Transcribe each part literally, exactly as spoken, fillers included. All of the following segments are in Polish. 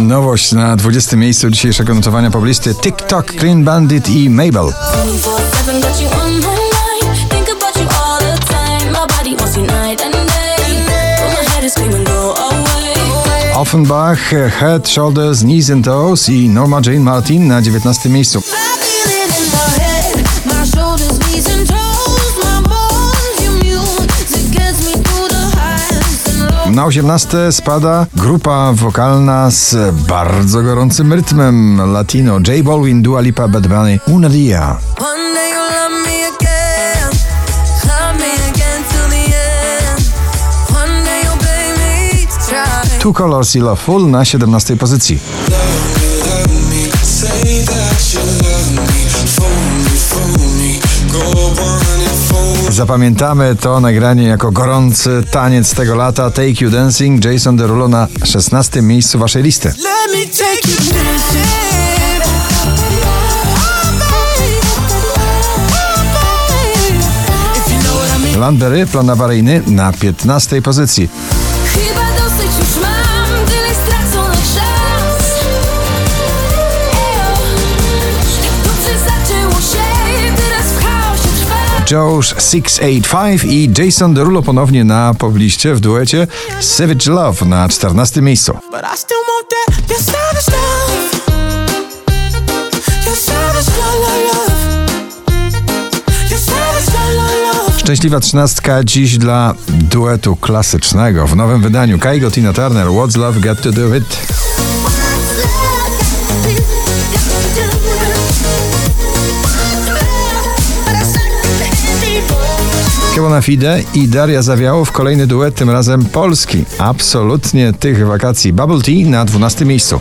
Nowość na dwudziestym miejscu dzisiejszego notowania poblisty TikTok, Clean Bandit i Mabel. Offenbach, Head, Shoulders, Knees and Toes i Norma Jean Martin na dziewiętnastym miejscu. Na osiemnaste spada grupa wokalna z bardzo gorącym rytmem latino. J Balvin, Dua Lipa, Bad Bunny, Una Dia. Two Colors i Loveful na siedemnastej pozycji. Zapamiętamy to nagranie jako gorący taniec tego lata. Take You Dancing, Jason Derulo na szesnastym miejscu waszej listy. Landberry, Plan awaryjny na piętnastej pozycji. Josh six eight five i Jason Derulo ponownie na pobliście w duecie Savage Love na czternastym miejscu. Szczęśliwa trzynastka dziś dla duetu klasycznego w nowym wydaniu. Kygo, Tina Turner, What's Love Got to Do It. Bona Fide i Daria Zawiałow, kolejny duet, tym razem polski. Absolutnie tych wakacji. Bubble Tea na dwunastym miejscu.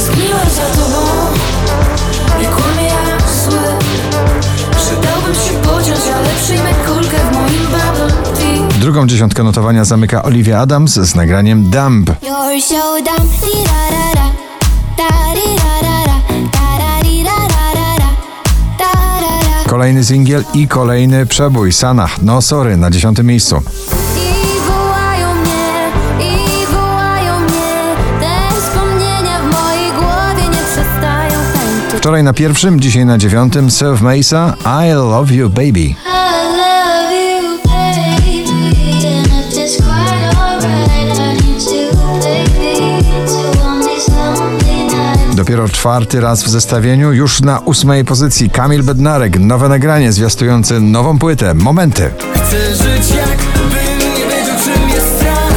Drugą dziesiątkę notowania zamyka Olivia Adams z nagraniem Dumb. Kolejny singiel i kolejny przebój. Sanach, No Sorry na dziesiątym miejscu. I wołają mnie, i wołają mnie, te wspomnienia w mojej głowie nie przestają tańczyć. Wczoraj na pierwszym, dzisiaj na dziewiątym Self Mesa, I Love You Baby. Dopiero czwarty raz w zestawieniu, już na ósmej pozycji Kamil Bednarek, nowe nagranie zwiastujące nową płytę Momenty. Chcę żyć jakbym nie wiedział, czym jest strach.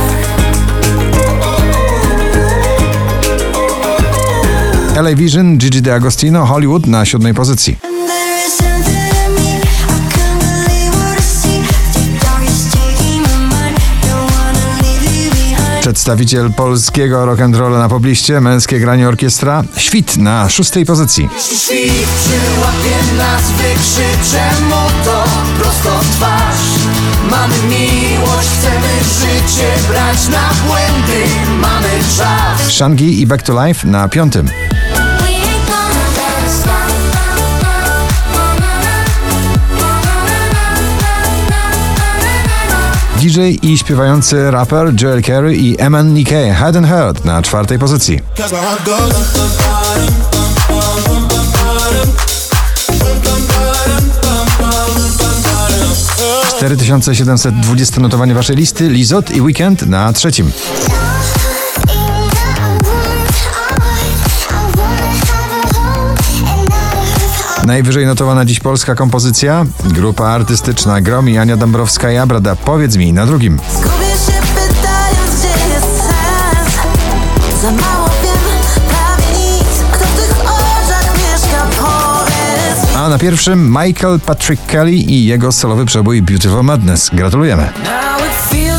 L A Vision, Gigi D'Agostino, Hollywood na siódmej pozycji. Przedstawiciel polskiego rock'n'rolla na pobliście, męskie granie orkiestra, Świt na szóstej pozycji. Jeśli świt przyłapie nas, wykrzyczę mu to prosto w twarz. Mamy miłość, chcemy życie brać na błędy, mamy czas. Shangi i Back to Life na piątym. D J i śpiewający raper Joel Corry i M N K Head and Heart na czwartej pozycji. cztery tysiące siedemset dwudzieste notowanie waszej listy. Lizot i Weekend na trzecim. Najwyżej notowana dziś polska kompozycja. Grupa artystyczna Grom i Ania Dąbrowska i Abrada. Powiedz mi na drugim. Zgubię się pytając, gdzie jest sens. Za mało wiem, prawie nic. Kto w tych oczach mieszka, powiedz. A na pierwszym Michael Patrick Kelly i jego solowy przebój Beautiful Madness. Gratulujemy. Now it feels